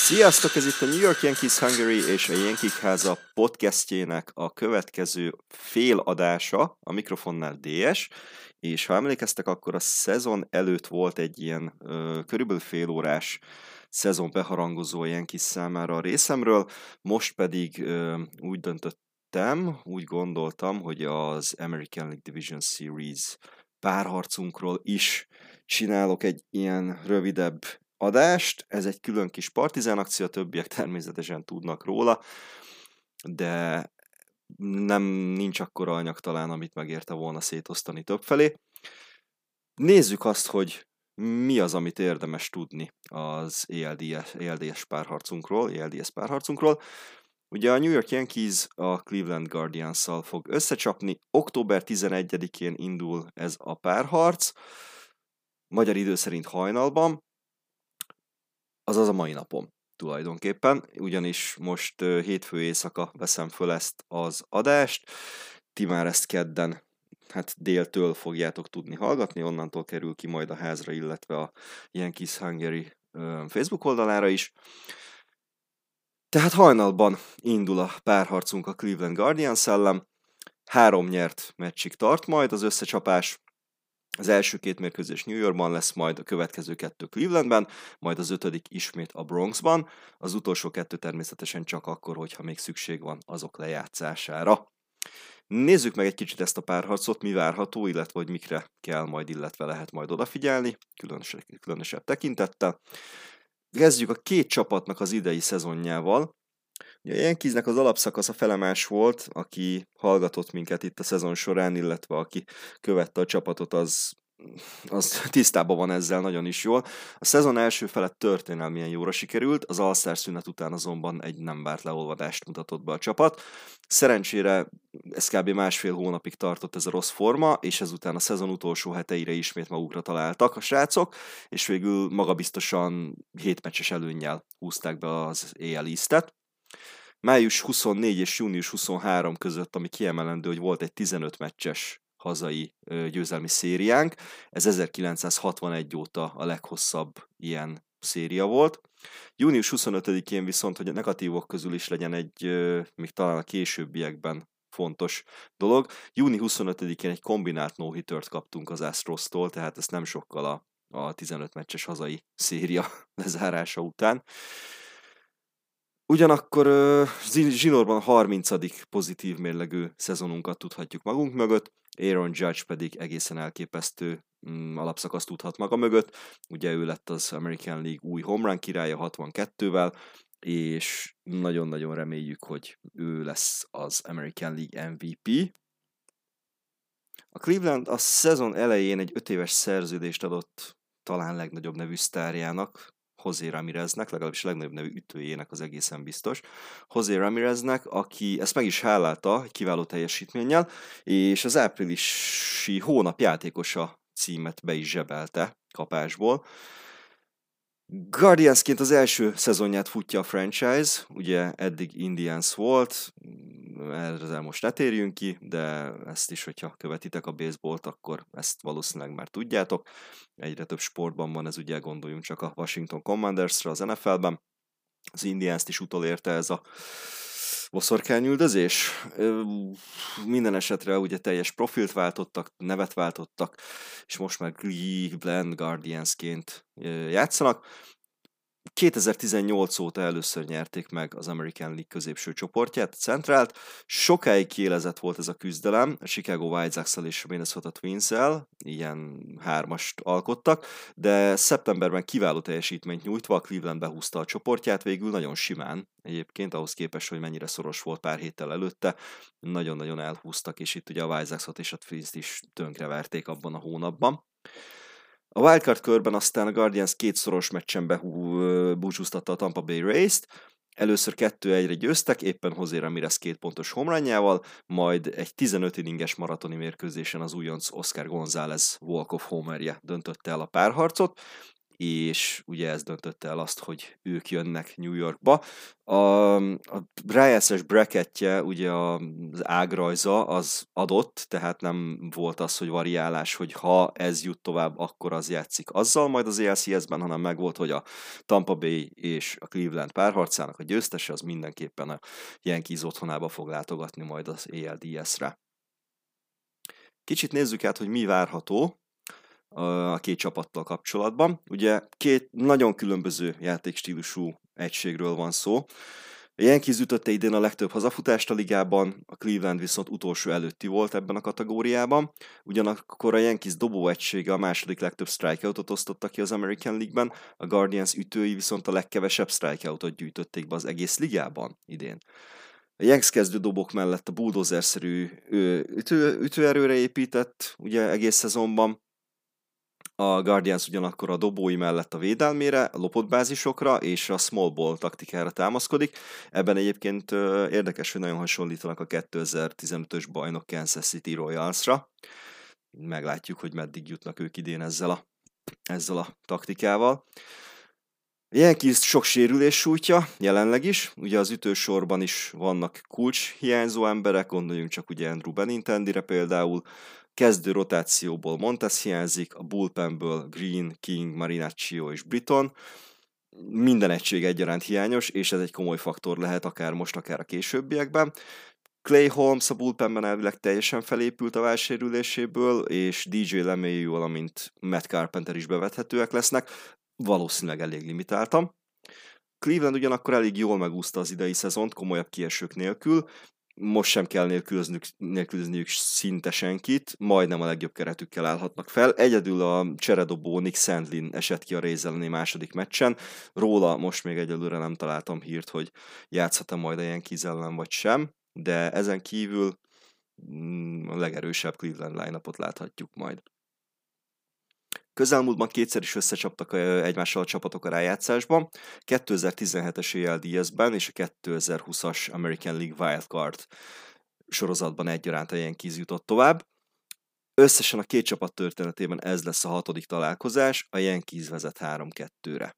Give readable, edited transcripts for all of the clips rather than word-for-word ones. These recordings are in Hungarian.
Sziasztok, ez itt a New York Yankees Hungary és a Yankees háza podcastjének a következő fél adása, a mikrofonnál DS, és ha emlékeztek, akkor a szezon előtt volt egy ilyen körülbelül fél órás szezon beharangozó a Yankees számára a részemről, most pedig úgy döntöttem, úgy gondoltam, hogy az American League Division Series párharcunkról is csinálok egy ilyen rövidebb adást. Ez egy külön kis partizán akció, többiek természetesen tudnak róla, de nincs akkora anyag talán, amit megérte volna szétosztani többfelé. Nézzük azt, hogy mi az, amit érdemes tudni az ELDS párharcunkról. Ugye a New York Yankees a Cleveland Guardiansszal fog összecsapni. Október 11-én indul ez a párharc, magyar idő szerint hajnalban, azaz a mai napon tulajdonképpen, ugyanis most hétfő éjszaka veszem föl ezt az adást, ti már ezt kedden, déltől fogjátok tudni hallgatni, onnantól kerül ki majd a házra, illetve a Yankees Hungary Facebook oldalára is. Tehát hajnalban indul a párharcunk a Cleveland Guardians ellen, 3 nyert meccsig tart majd az összecsapás. Az első 2 mérkőzés New Yorkban lesz, majd a következő 2 Clevelandben, majd az 5. ismét a Bronxban, az utolsó 2 természetesen csak akkor, hogyha még szükség van azok lejátszására. Nézzük meg egy kicsit ezt a párharcot, mi várható, illetve hogy mikre kell majd, illetve lehet majd odafigyelni, különösebb tekintettel. Kezdjük a 2 csapatnak az idei szezonjával. A Yankeesnek az alapszakasza felemás volt, aki hallgatott minket itt a szezon során, illetve aki követte a csapatot, az tisztában van ezzel nagyon is jól. A szezon első fele történelmien jóra sikerült, az All-Star szünet után azonban egy nem várt leolvadást mutatott be a csapat. Szerencsére ez kb. Másfél hónapig tartott ez a rossz forma, és ezután a szezon utolsó heteire ismét magukra találtak a srácok, és végül magabiztosan 7 meccses előnnyel húzták be az AL East-et. Május 24 és június 23 között, ami kiemelendő, hogy volt egy 15 meccses hazai győzelmi szériánk. Ez 1961 óta a leghosszabb ilyen széria volt. Június 25-én viszont, hogy a negatívok közül is legyen egy, még talán a későbbiekben fontos dolog. Júni 25-én egy kombinált no-hittert kaptunk az Astrostól, tehát ezt nem sokkal a 15 meccses hazai széria lezárása után. Ugyanakkor zsinórban a 30. pozitív mérlegű szezonunkat tudhatjuk magunk mögött, Aaron Judge pedig egészen elképesztő alapszakaszt tudhat maga mögött. Ugye ő lett az American League új home run királya 62-vel, és nagyon-nagyon reméljük, hogy ő lesz az American League MVP. A Cleveland a szezon elején egy 5 éves szerződést adott talán legnagyobb nevű sztárjának, José Ramireznek, legalábbis a legnagyobb nevű ütőjének, az egészen biztos. José Ramireznek, aki ezt meg is hálálta kiváló teljesítménnyel, és az áprilisi hónap játékosa címet be is zsebelte kapásból. Guardiansként az első szezonját futja a franchise, ugye eddig Indians volt, erre most ne térjünk ki, de ezt is, hogyha követitek a baseballt, akkor ezt valószínűleg már tudjátok. Egyre több sportban van ez, ugye gondoljunk csak a Washington Commandersra az NFL-ben. Az Indians-t is utolérte ez a boszorkányüldözés. Minden esetre ugye teljes profilt váltottak, nevet váltottak, és most már Cleveland Guardiansként játszanak. 2018 óta először nyerték meg az American League középső csoportját, a Centrált. Sokáig kiélezett volt ez a küzdelem, a Chicago White Sox-szal és a Minnesota Twins-szel, ilyen 3-ast alkottak, de szeptemberben kiváló teljesítményt nyújtva a Cleveland behúzta a csoportját, végül nagyon simán, egyébként ahhoz képest, hogy mennyire szoros volt pár héttel előtte, nagyon-nagyon elhúztak, és itt ugye a White Sox-ot és a Twins-t is tönkreverték abban a hónapban. A wildcard körben aztán a Guardians 2 szoros meccsen búcsúztatta a Tampa Bay Rays-t, először 2-1-re győztek, éppen José Ramirez 2 pontos home-runjával, majd egy 15 inninges maratoni mérkőzésen az újonc Oscar González walk-off homerje döntötte el a párharcot, és ugye ez döntötte el azt, hogy ők jönnek New Yorkba. A rájátszás bracketje, ugye az ágrajza az adott, tehát nem volt az, hogy variálás, hogy ha ez jut tovább, akkor az játszik azzal majd az ALCS-ben, hanem meg volt, hogy a Tampa Bay és a Cleveland párharcának a győztese az mindenképpen a Yankees otthonába fog látogatni majd az ALDS-re. Kicsit nézzük át, hogy mi várható a két csapattal kapcsolatban. Ugye két nagyon különböző játékstílusú egységről van szó. A Yankees ütötte idén a legtöbb hazafutást a ligában, a Cleveland viszont utolsó előtti volt ebben a kategóriában. Ugyanakkor a Yankees dobó egysége a második legtöbb strikeoutot osztotta ki az American League-ben, a Guardians ütői viszont a legkevesebb strikeoutot gyűjtötték be az egész ligában idén. A Yankees kezdődobok mellett a bulldozer-szerű ütőerőre épített ugye egész szezonban, a Guardians ugyanakkor a dobói mellett a védelmére, a lopott bázisokra és a small ball taktikára támaszkodik. Ebben egyébként érdekes, hogy nagyon hasonlítanak a 2015-ös bajnok Kansas City Royalsra. Meglátjuk, hogy meddig jutnak ők idén ezzel a taktikával. Yankees sok sérülés sújtja, jelenleg is. Ugye az ütősorban is vannak kulcs hiányzó emberek, gondoljunk csak ugye Andrew Benintendire például. Kezdő rotációból Montes hiányzik, a bullpenből Green, King, Marinaccio és Britton. Minden egység egyaránt hiányos, és ez egy komoly faktor lehet akár most, akár a későbbiekben. Clay Holmes a bullpenben elvileg teljesen felépült a válsérüléséből, és DJ LeMahieu, valamint Matt Carpenter is bevethetőek lesznek. Valószínűleg elég limitáltam. Cleveland ugyanakkor elég jól megúszta az idei szezont, komolyabb kiesők nélkül. Most sem kell nélkülözniük szinte senkit, majdnem a legjobb keretükkel állhatnak fel. Egyedül a cseredobó Nick Sandlin esett ki a Rays elleni második meccsen. Róla most még egyelőre nem találtam hírt, hogy játszhat-e majd a Yankees ellen vagy sem, de ezen kívül a legerősebb Cleveland line-upot láthatjuk majd. Közelmúltban kétszer is összecsaptak egymással a csapatok a rájátszásban, 2017-es ALDS-ben és a 2020-as American League Wildcard sorozatban egyaránt a Yankees jutott tovább. Összesen a két csapat történetében ez lesz a 6. találkozás, a Yankees vezet 3-2-re.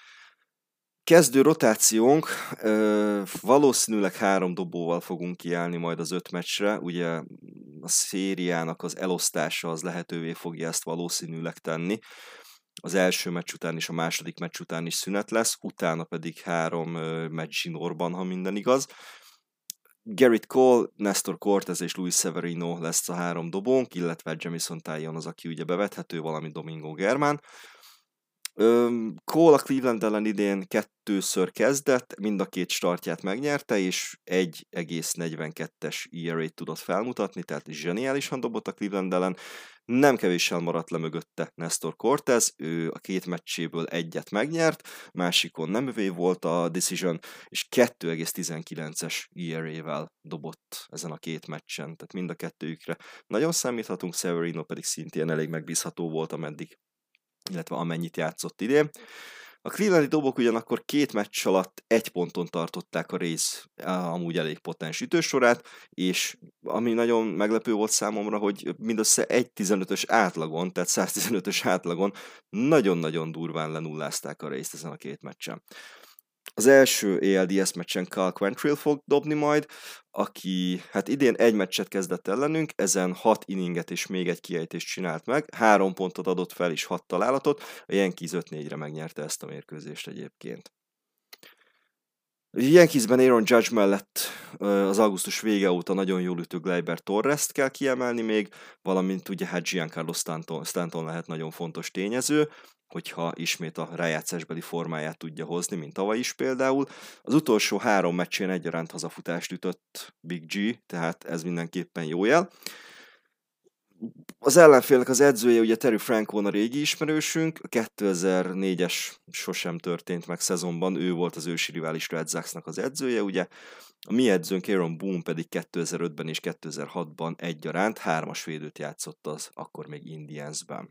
Kezdő rotációnk, valószínűleg 3 dobóval fogunk kiállni majd az 5 meccsre, ugye a szériának az elosztása az lehetővé fogja ezt valószínűleg tenni. Az első meccs után és a második meccs után is szünet lesz, utána pedig 3 meccs zsinórban, ha minden igaz. Gerrit Cole, Nestor Cortez és Luis Severino lesz a 3 dobónk, illetve Jamison Taillon az, aki ugye bevethető, valamint Domingo Germán. Cole a Cleveland ellen idén 2-ször kezdett, mind a két startját megnyerte, és 1,42-es ERA-t tudott felmutatni, tehát zseniálisan dobott a Cleveland ellen. Nem kevéssel maradt le mögötte Nestor Cortez, ő a 2 meccséből 1-et megnyert, másikon nem övé volt a decision, és 2,19-es ERA-vel dobott ezen a 2 meccsen, tehát mind a kettőjükre nagyon számíthatunk, Severino pedig szintén elég megbízható volt, illetve amennyit játszott idén. A Clevelandi dobok ugyanakkor 2 meccs alatt 1 ponton tartották a Rays amúgy elég potens ütősorát, és ami nagyon meglepő volt számomra, hogy mindössze 1.15-ös átlagon, tehát 115-ös átlagon nagyon-nagyon durván lenullázták a Rays-t ezen a 2 meccsen. Az első ALDS meccsen Cal Quantrill fog dobni majd, aki hát idén 1 meccset kezdett ellenünk, ezen 6 inninget és még egy kiejtést csinált meg, 3 pontot adott fel és 6 találatot, a Yankees 5-4-re megnyerte ezt a mérkőzést egyébként. A Yankeesben Aaron Judge mellett az augusztus vége óta nagyon jól ütő Gleyber Torrest kell kiemelni még, valamint ugye hát Giancarlo Stanton lehet nagyon fontos tényező, hogyha ismét a rájátszásbeli formáját tudja hozni, mint tavaly is például. Az utolsó 3 meccsén egyaránt hazafutást ütött Big G, tehát ez mindenképpen jó jel. Az ellenfélnek az edzője ugye Terry Francona régi ismerősünk, a 2004-es sosem történt meg szezonban, ő volt az ősi rivális Red Soxnak az edzője, ugye. A mi edzőnk Aaron Boone pedig 2005-ben és 2006-ban egyaránt 3-as védőt játszott az akkor még Indiansben.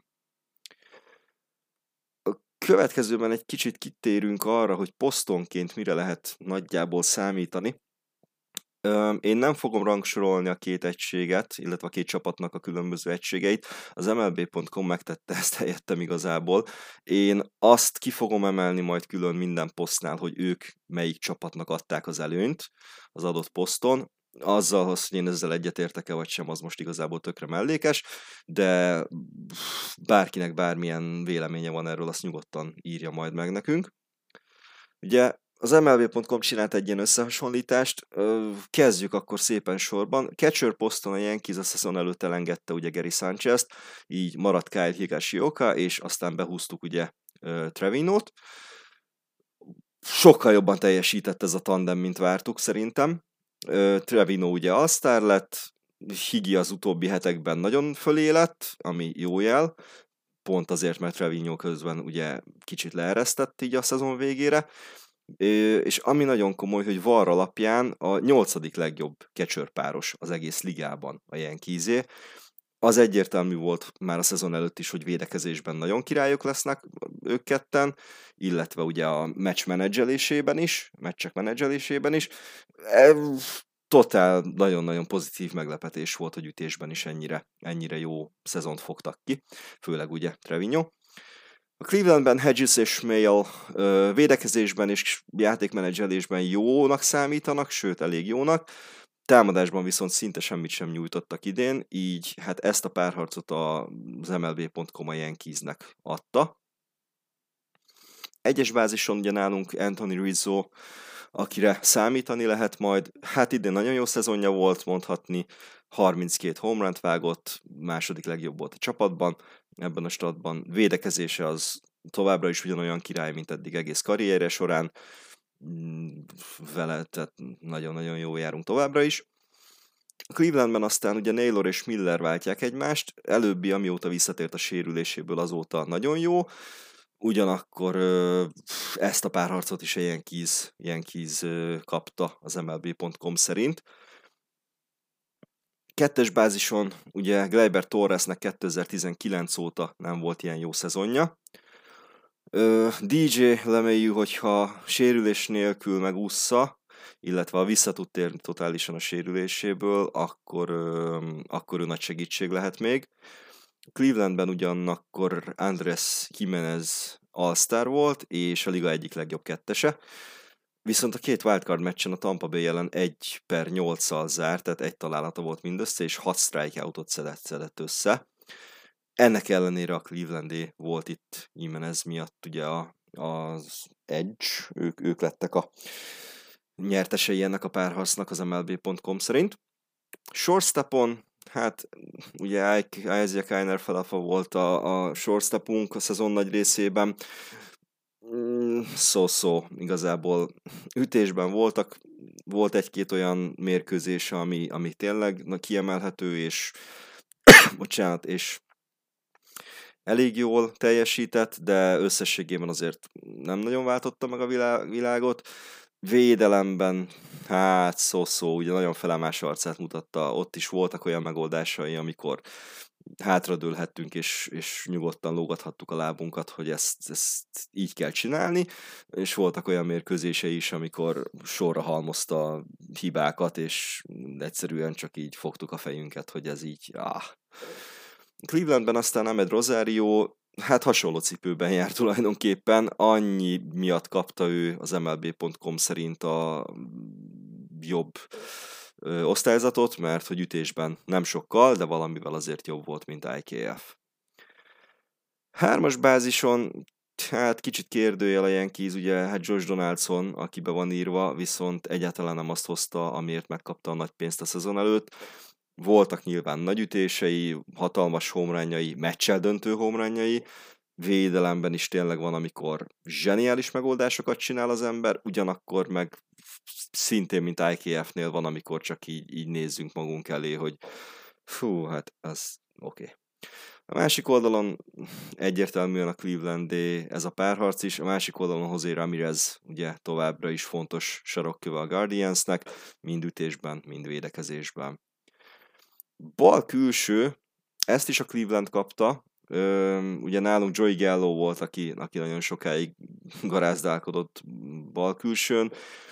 Következőben egy kicsit kitérünk arra, hogy posztonként mire lehet nagyjából számítani. Én nem fogom rangsorolni a két egységet, illetve a két csapatnak a különböző egységeit. Az MLB.com megtette ezt helyettem igazából. Én azt ki fogom emelni majd külön minden posztnál, hogy ők melyik csapatnak adták az előnyt az adott poszton. Azzal, hogy én ezzel egyetértek-e vagy sem, az most igazából tökre mellékes, de bárkinek bármilyen véleménye van erről, azt nyugodtan írja majd meg nekünk. Ugye az MLB.com csinált egy ilyen összehasonlítást, kezdjük akkor szépen sorban. Catcher poszton a Yankees a szezon előtt elengedte ugye Gary Sanchez-t, így maradt Kyle Higashioka, és aztán behúztuk ugye Trevinót. Sokkal jobban teljesített ez a tandem, mint vártuk szerintem. Trevino ugye all-star lett, Higi az utóbbi hetekben nagyon fölé lett, ami jó jel, pont azért, mert Trevino közben ugye kicsit leeresztett így a szezon végére, és ami nagyon komoly, hogy VAR alapján a 8. legjobb catcher páros az egész ligában a Yankeesé. Az egyértelmű volt már a szezon előtt is, hogy védekezésben nagyon királyok lesznek ők ketten, illetve ugye a meccsek menedzselésében is. Totál nagyon-nagyon pozitív meglepetés volt, hogy ütésben is ennyire jó szezont fogtak ki, főleg ugye Trevino. A Clevelandben Hedges és Mayle védekezésben és játékmenedzselésben jónak számítanak, sőt elég jónak. Támadásban viszont szinte semmit sem nyújtottak idén, így hát ezt a párharcot az MLB.com a Yankeesnek adta. Egyes bázison ugye nálunk Anthony Rizzo, akire számítani lehet majd, hát idén nagyon jó szezonja volt mondhatni, 32 home runt vágott, második legjobb volt a csapatban, ebben a statban. Védekezése az továbbra is ugyanolyan király, mint eddig egész karrierje során, vele, tehát nagyon-nagyon jó járunk továbbra is. Clevelandben aztán ugye Naylor és Miller váltják egymást, előbbi amióta visszatért a sérüléséből azóta nagyon jó, ugyanakkor ezt a párharcot is a Yankees kapta az MLB.com szerint. Kettes bázison ugye Gleyber Torresnek 2019 óta nem volt ilyen jó szezonja. DJ LeMahieu, hogyha sérülés nélkül megúszza, illetve ha vissza tud térni totálisan a sérüléséből, akkor ő nagy segítség lehet még. Clevelandben ugyanakkor Andrés Giménez all-star volt, és a liga egyik legjobb kettese. Viszont a két wildcard meccsen a Tampa Bay ellen 1/8-szal zárt, tehát egy találata volt mindössze, és 6 strikeoutot szedett össze. Ennek ellenére a Clevelandé volt itt Giménez miatt ugye az Edge, ők lettek a nyertesei ennek a párharcnak az MLB.com szerint. Shortstopon, hát ugye Isaac Kiner Falefa volt a shortstopunk a szezon nagy részében. Szó-szó, igazából ütésben volt egy-két olyan mérkőzés, ami tényleg kiemelhető, és és elég jól teljesített, de összességében azért nem nagyon váltotta meg a világot. Védelemben, hát szó-szó, ugye nagyon felemás arcát mutatta, ott is voltak olyan megoldásai, amikor hátradőlhettünk, és nyugodtan lógathattuk a lábunkat, hogy ezt így kell csinálni, és voltak olyan mérkőzései is, amikor sorra halmozta a hibákat, és egyszerűen csak így fogtuk a fejünket, hogy ez így, Clevelandben aztán Amed Rosario, hát hasonló cipőben jár tulajdonképpen, annyi miatt kapta ő az MLB.com szerint a jobb osztályzatot, mert hogy ütésben nem sokkal, de valamivel azért jobb volt, mint IKF. 3-as bázison, hát kicsit kérdőjel a Yankees, ugye hát Josh Donaldson, aki be van írva, viszont egyáltalán nem azt hozta, amiért megkapta a nagy pénzt a szezon előtt. Voltak nyilván nagy ütései, hatalmas homerunjai, meccsel döntő homerunjai, védelemben is tényleg van, amikor zseniális megoldásokat csinál az ember, ugyanakkor meg szintén, mint IKF-nél van, amikor csak így nézzünk magunk elé, hogy fú, hát az oké. A másik oldalon egyértelműen a Clevelandé ez a párharc is, a másik oldalon José Ramirez ugye továbbra is fontos sarokköve a Guardiansnek, mind ütésben, mind védekezésben. Bal külső, ezt is a Cleveland kapta, ugye nálunk Joey Gallo volt, aki nagyon sokáig garázdálkodott bal külsőn.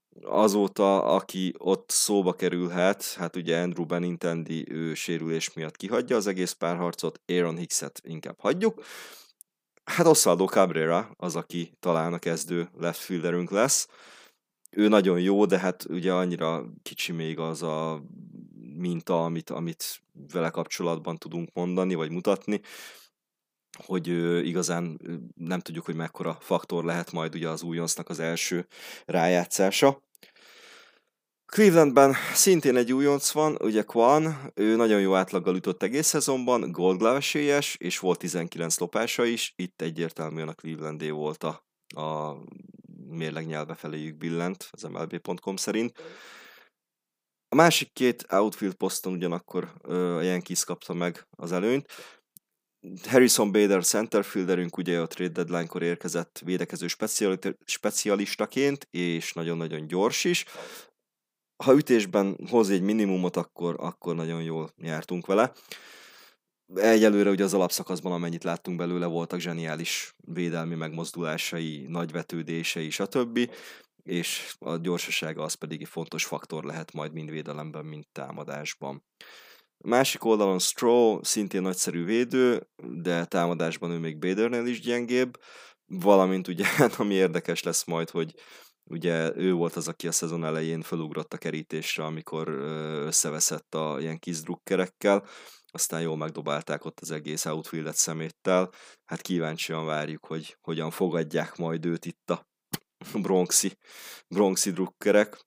Azóta, aki ott szóba kerülhet, hát ugye Andrew Benintendi, ő sérülés miatt kihagyja az egész párharcot, Aaron Hickset inkább hagyjuk. Hát Osvaldo Cabrera az, aki talán a kezdő left fielderünk lesz. Ő nagyon jó, de hát ugye annyira kicsi még az a minta, amit vele kapcsolatban tudunk mondani, vagy mutatni, hogy igazán nem tudjuk, hogy mekkora faktor lehet majd ugye az újoncnak az első rájátszása. Clevelandben szintén egy újonc van, ugye Kwan, ő nagyon jó átlaggal ütött egész szezonban, Gold Glove esélyes, és volt 19 lopása is, itt egyértelműen a Clevelandé volt a mérleg nyelve feléjük billent, az MLB.com szerint. A másik két outfield poszton ugyanakkor a Yankees kapta meg az előnyt. Harrison Bader centerfielderünk ugye a trade deadline-kor érkezett védekező specialistaként, és nagyon-nagyon gyors is. Ha ütésben hoz egy minimumot, akkor nagyon jól jártunk vele. Egyelőre ugye az alapszakaszban, amennyit láttunk belőle, voltak zseniális védelmi megmozdulásai, nagy vetődései, stb. És a gyorsasága az pedig egy fontos faktor lehet majd mind védelemben, mind támadásban. A másik oldalon Stroh szintén nagyszerű védő, de támadásban ő még Badernél is gyengébb, valamint ugye, ami érdekes lesz majd, hogy ugye ő volt az, aki a szezon elején felugrott a kerítésre, amikor összeveszett a ilyen kis drukkerekkel, aztán jól megdobálták ott az egész outfieldet szeméttel. Hát kíváncsian várjuk, hogy hogyan fogadják majd őt itt a Bronxi drukkerek.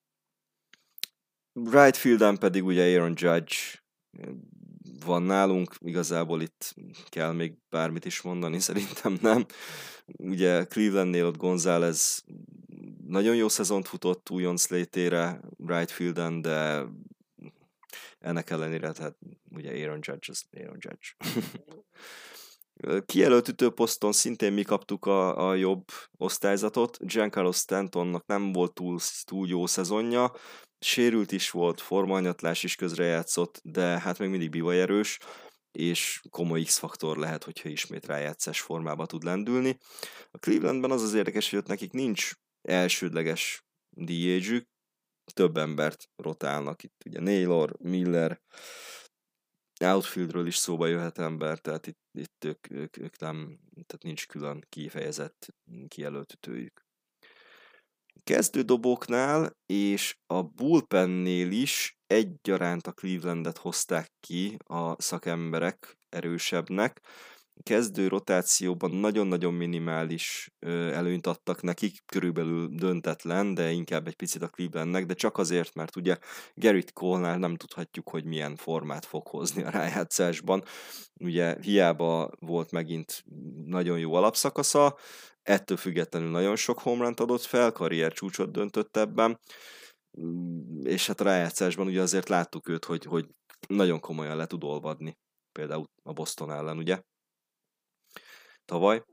Right fielden pedig ugye Aaron Judge van nálunk, igazából itt kell még bármit is mondani, szerintem nem. Ugye Clevelandnél ott González nagyon jó szezont futott újonc létére right fielden, de ennek ellenére, tehát ugye Aaron Judge az Aaron Judge. Kijelölt ütőposzton szintén mi kaptuk a jobb osztályzatot. Giancarlo Stantonnak nem volt túl jó szezonja, sérült is volt, formahanyatlás is közrejátszott, de hát még mindig bivajerős, és komoly X-faktor lehet, hogyha ismét rájátszás formába tud lendülni. A Clevelandben az érdekes, hogy ott nekik nincs elsődleges DH-ük, több embert rotálnak itt, ugye Naylor, Miller, outfieldről is szóba jöhet ember, tehát itt ők nem, tehát nincs külön kifejezett kijelölt ütőjük. Kezdődobóknál és a bullpennél is egyaránt a Clevelandet hozták ki a szakemberek erősebbnek. Kezdő rotációban nagyon-nagyon minimális előnyt adtak nekik, körülbelül döntetlen, de inkább egy picit a Clevelandnek, de csak azért, mert ugye Gerrit Cole-nál nem tudhatjuk, hogy milyen formát fog hozni a rájátszásban. Ugye hiába volt megint nagyon jó alapszakasza, ettől függetlenül nagyon sok home runt adott fel, karrier csúcsot döntött ebben, és hát a rájátszásban ugye azért láttuk őt, hogy nagyon komolyan le tud olvadni, például a Boston ellen, ugye, tavaly.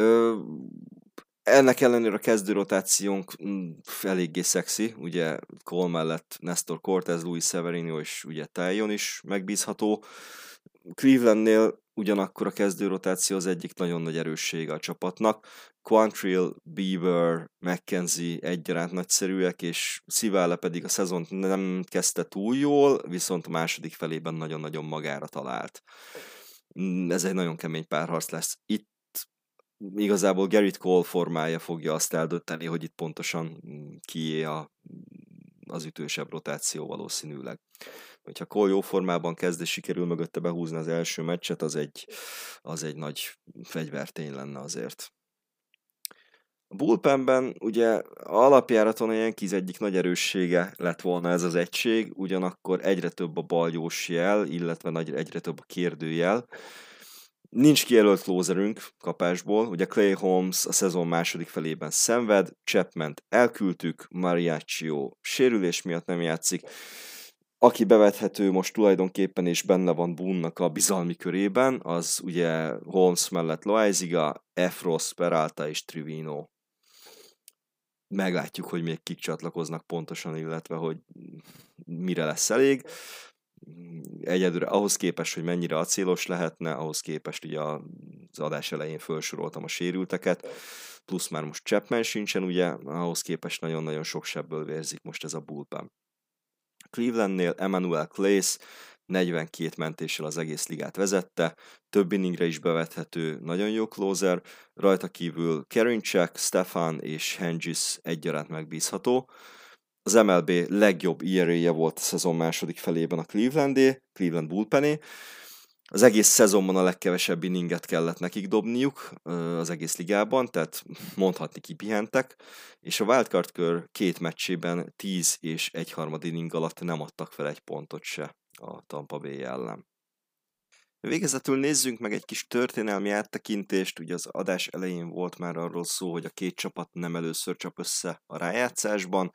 Ennek ellenére a kezdőrotációnk eléggé szexi, ugye Cole mellett Nestor Cortez, Luis Severino és ugye Taillon is megbízható. Clevelandnél ugyanakkor a kezdőrotáció az egyik nagyon nagy erőssége a csapatnak. Quantrill, Bieber, McKenzie egyaránt nagyszerűek, és Civale pedig a szezont nem kezdte túl jól, viszont a második felében nagyon-nagyon magára talált. Ez egy nagyon kemény párharc lesz. Itt igazából Gerrit Cole formája fogja azt eldönteni, hogy itt pontosan kié az ütősebb rotáció valószínűleg. Hogyha Cole jó formában kezd, és sikerül mögötte behúzni az első meccset, az egy nagy fegyvertény lenne azért. A bullpenben ugye alapjáraton a Yankees egyik nagy erőssége lett volna ez az egység, ugyanakkor egyre több a baljós jel, illetve egyre több a kérdőjel. Nincs kijelölt closerünk kapásból, ugye Clay Holmes a szezon második felében szenved, Chapman-t elküldtük, Mariaccio sérülés miatt nem játszik, aki bevethető most tulajdonképpen és benne van Boone-nak a bizalmi körében, az ugye Holmes mellett Loaiziga, Efros, Peralta és Trivino. Meglátjuk, hogy még kik csatlakoznak pontosan, illetve hogy mire lesz elég. Egyedülre ahhoz képest, hogy mennyire acélos lehetne, ahhoz képest ugye az adás elején felsoroltam a sérülteket. plusz már most Chapman sincsen, ugye, ahhoz képest nagyon-nagyon sok sebből vérzik most ez a bullpen. Clevelandnél Emmanuel Clase 42 mentéssel az egész ligát vezette, több inningre is bevethető, nagyon jó closer, rajta kívül Karinchak, Stefan és Hengis egyaránt megbízható. Az MLB legjobb ERA-je volt a szezon második felében a Cleveland bullpené. Az egész szezonban a legkevesebb inninget kellett nekik dobniuk az egész ligában, tehát mondhatni kipihentek, és a wildcard kör 2 meccsében 10 és 1/3 inning alatt nem adtak fel egy pontot se a Tampa Bay ellen. Végezetül nézzünk meg egy kis történelmi áttekintést, ugye az adás elején volt már arról szó, hogy a két csapat nem először csap össze a rájátszásban.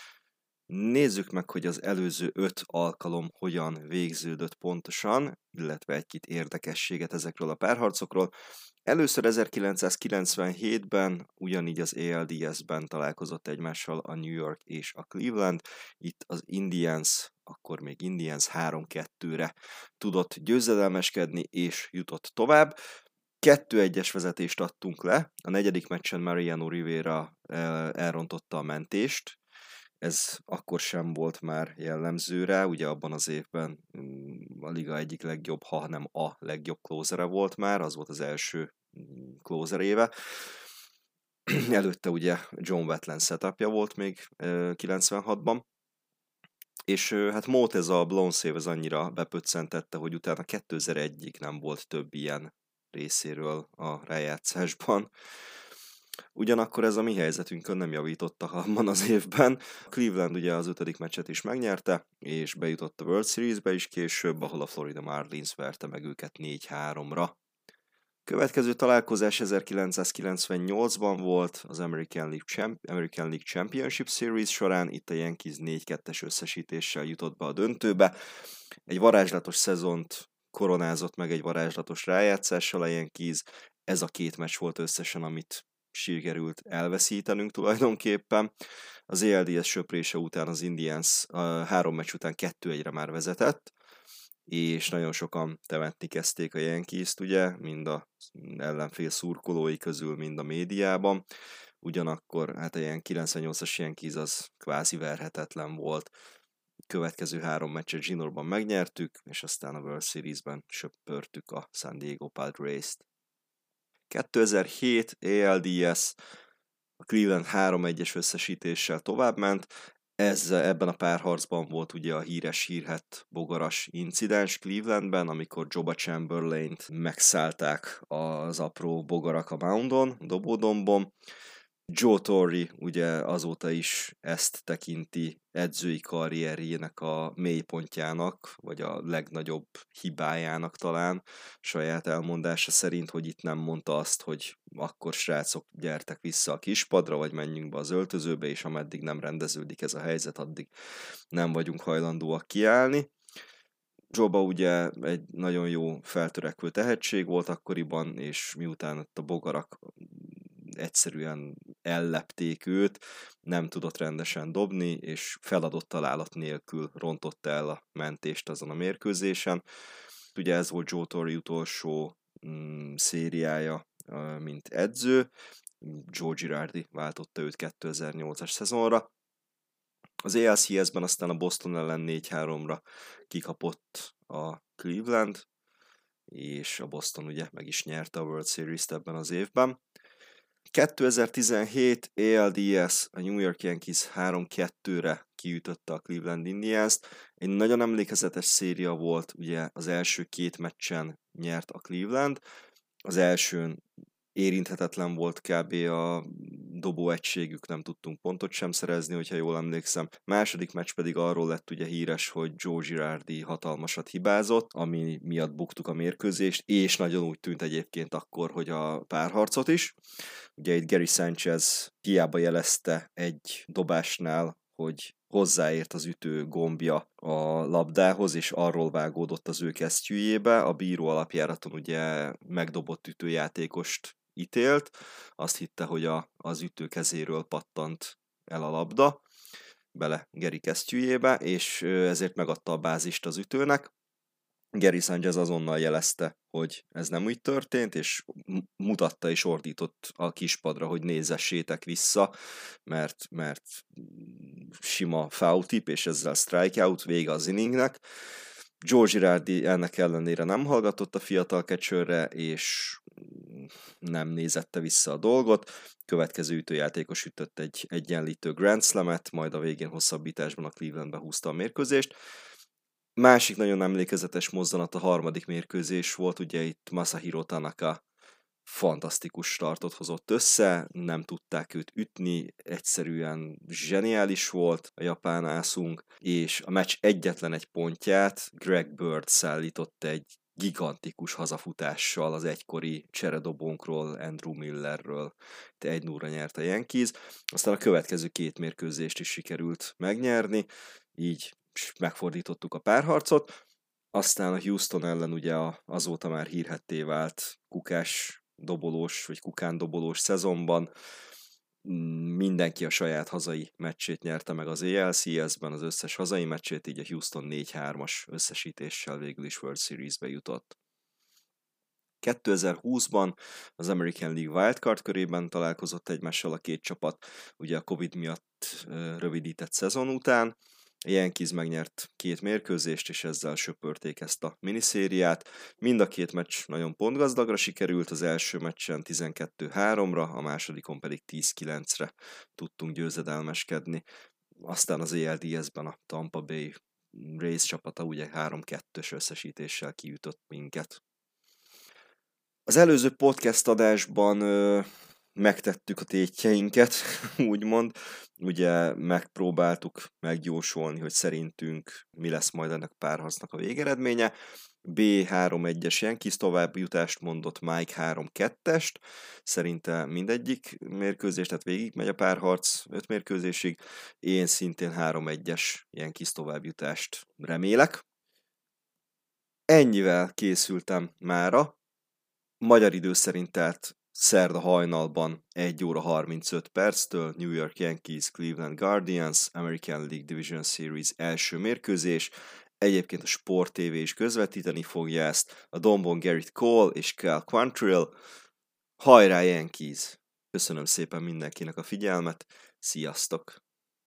Nézzük meg, hogy az előző 5 alkalom hogyan végződött pontosan, illetve egy-két érdekességet ezekről a párharcokról. Először 1997-ben, ugyanígy az ALDS-ben találkozott egymással a New York és a Cleveland. Itt az Indians, akkor még Indians 3-2-re tudott győzedelmeskedni és jutott tovább. 2-1-es vezetést adtunk le, a negyedik meccsen Mariano Rivera elrontotta a mentést. Ez akkor sem volt már jellemző rá, ugye abban az évben a liga egyik legjobb, ha nem a legjobb closere volt már, az volt az első closer éve. Előtte ugye John Wetland setupja volt még 96-ban, és hát Mót ez a blown save az annyira bepöccentette, hogy utána 2001-ig nem volt több ilyen részéről a rájátszásban. Ugyanakkor ez a mi helyzetünkön nem javította abban az évben. Cleveland ugye az 5. meccset is megnyerte, és bejutott a World Series-be is később, ahol a Florida Marlins verte meg őket 4-3-ra. Következő találkozás 1998-ban volt az American League Championship Series során, itt a Yankees 4-2-es összesítéssel jutott be a döntőbe. Egy varázslatos szezont koronázott meg egy varázslatos rájátszással a Yankees, ez a 2 meccs volt összesen, amit sikerült elveszítenünk tulajdonképpen. Az ALDS söprése után az Indians 3 meccs után 2-1-re már vezetett, és nagyon sokan temetni kezdték a Yankees-t, ugye, mind a ellenfél szurkolói közül, mind a médiában. Ugyanakkor hát a ilyen 98-as Yankees az kvázi verhetetlen volt. Következő 3 meccset zsinórban megnyertük, és aztán a World Series-ben söpörtük a San Diego Padres-t. 2007 ALDS, a Cleveland 3-1-es összesítéssel továbbment. Ebben a párharcban volt ugye a híres bogaras incidens Clevelandben, amikor Joba Chamberlaint megszállták az apró bogarak a moundon, a dobódombon. Joe Torre ugye azóta is ezt tekinti edzői karrierjének a mélypontjának, vagy a legnagyobb hibájának talán, saját elmondása szerint, hogy itt nem mondta azt, hogy akkor srácok, gyertek vissza a kispadra, vagy menjünk be az öltözőbe, és ameddig nem rendeződik ez a helyzet, addig nem vagyunk hajlandóak kiállni. Joba ugye egy nagyon jó feltörekvő tehetség volt akkoriban, és miután ott a bogarak egyszerűen ellepték őt, nem tudott rendesen dobni, és feladott találat nélkül rontotta el a mentést azon a mérkőzésen. Ugye ez volt Joe Torre utolsó szériája, mint edző. Joe Girardi váltotta őt 2008-as szezonra. Az ALCS-ben aztán a Boston ellen 4-3-ra kikapott a Cleveland, és a Boston ugye meg is nyerte a World Series-t ebben az évben. 2017 ALDS, a New York Yankees 3-2-re kiütötte a Cleveland Indians-t. Egy nagyon emlékezetes széria volt, ugye az első 2 meccsen nyert a Cleveland. Az elsőn érinthetetlen volt kb. A dobóegységük, nem tudtunk pontot sem szerezni, hogyha jól emlékszem. Második meccs pedig arról lett ugye híres, hogy Joe Girardi hatalmasat hibázott, ami miatt buktuk a mérkőzést, és nagyon úgy tűnt egyébként akkor, hogy a párharcot is. Ugye itt Gary Sanchez hiába jelezte egy dobásnál, hogy hozzáért az ütő gombja a labdához, és arról vágódott az ő kesztyűjébe. A bíró alapjáraton ugye megdobott ütőjátékost ítélt, azt hitte, hogy az ütő kezéről pattant el a labda bele Gary kesztyűjébe, és ezért megadta a bázist az ütőnek. Gary Sanchez azonnal jelezte, hogy ez nem úgy történt, és mutatta és ordított a kispadra, hogy nézessétek vissza, mert sima foul tip, és ezzel strikeout, vége az inningnek. George Girardi ennek ellenére nem hallgatott a fiatal catcherre, és nem nézette vissza a dolgot. Következő ütőjátékos ütött egy egyenlítő Grand Slam-et, majd a végén hosszabbításban a Clevelandbe húzta a mérkőzést. Másik nagyon emlékezetes mozzanat a harmadik mérkőzés volt, ugye itt Masahiro Tanaka fantasztikus startot hozott össze, nem tudták őt ütni, egyszerűen zseniális volt a japán ászunk, és a meccs egyetlen egy pontját Greg Bird szállított egy gigantikus hazafutással az egykori cseredobónkról, Andrew Millerről. 1-0-ra nyert a Yankees, aztán a következő két mérkőzést is sikerült megnyerni, így megfordítottuk a párharcot, aztán a Houston ellen ugye azóta már hírhedté vált kukás dobolós, vagy kukán dobolós szezonban mindenki a saját hazai meccsét nyerte meg az ALCS-ben, az összes hazai meccsét, így a Houston 4-3-as összesítéssel végül is World Series-be jutott. 2020-ban az American League Wildcard körében találkozott egymással a két csapat, ugye a Covid miatt rövidített szezon után. A Yankees megnyert két mérkőzést, és ezzel söpörték ezt a miniszériát. Mind a két meccs nagyon pontgazdagra sikerült, az első meccsen 12-3-ra, a másodikon pedig 10-9-re tudtunk győzedelmeskedni. Aztán az ALDS-ben a Tampa Bay Rays csapata ugye 3-2-ös összesítéssel kiütött minket. Az előző podcast adásban megtettük a tétjeinket, úgymond. Ugye megpróbáltuk megjósolni, hogy szerintünk mi lesz majd ennek párharcnak a végeredménye. B3-1-es Yankees továbbjutást mondott, Mike 3-2-est. Szerinte mindegyik mérkőzés, tehát végig megy a párharc 5 mérkőzésig. Én szintén 3-1-es Yankees továbbjutást remélek. Ennyivel készültem mára. Magyar idő szerint tehát szerda hajnalban 1 óra 35 perctől New York Yankees, Cleveland Guardians, American League Division Series első mérkőzés. Egyébként a Sport TV is közvetíteni fogja ezt. A Dombon Gerrit Cole és Cal Quantrill. Hajrá Yankees! Köszönöm szépen mindenkinek a figyelmet. Sziasztok!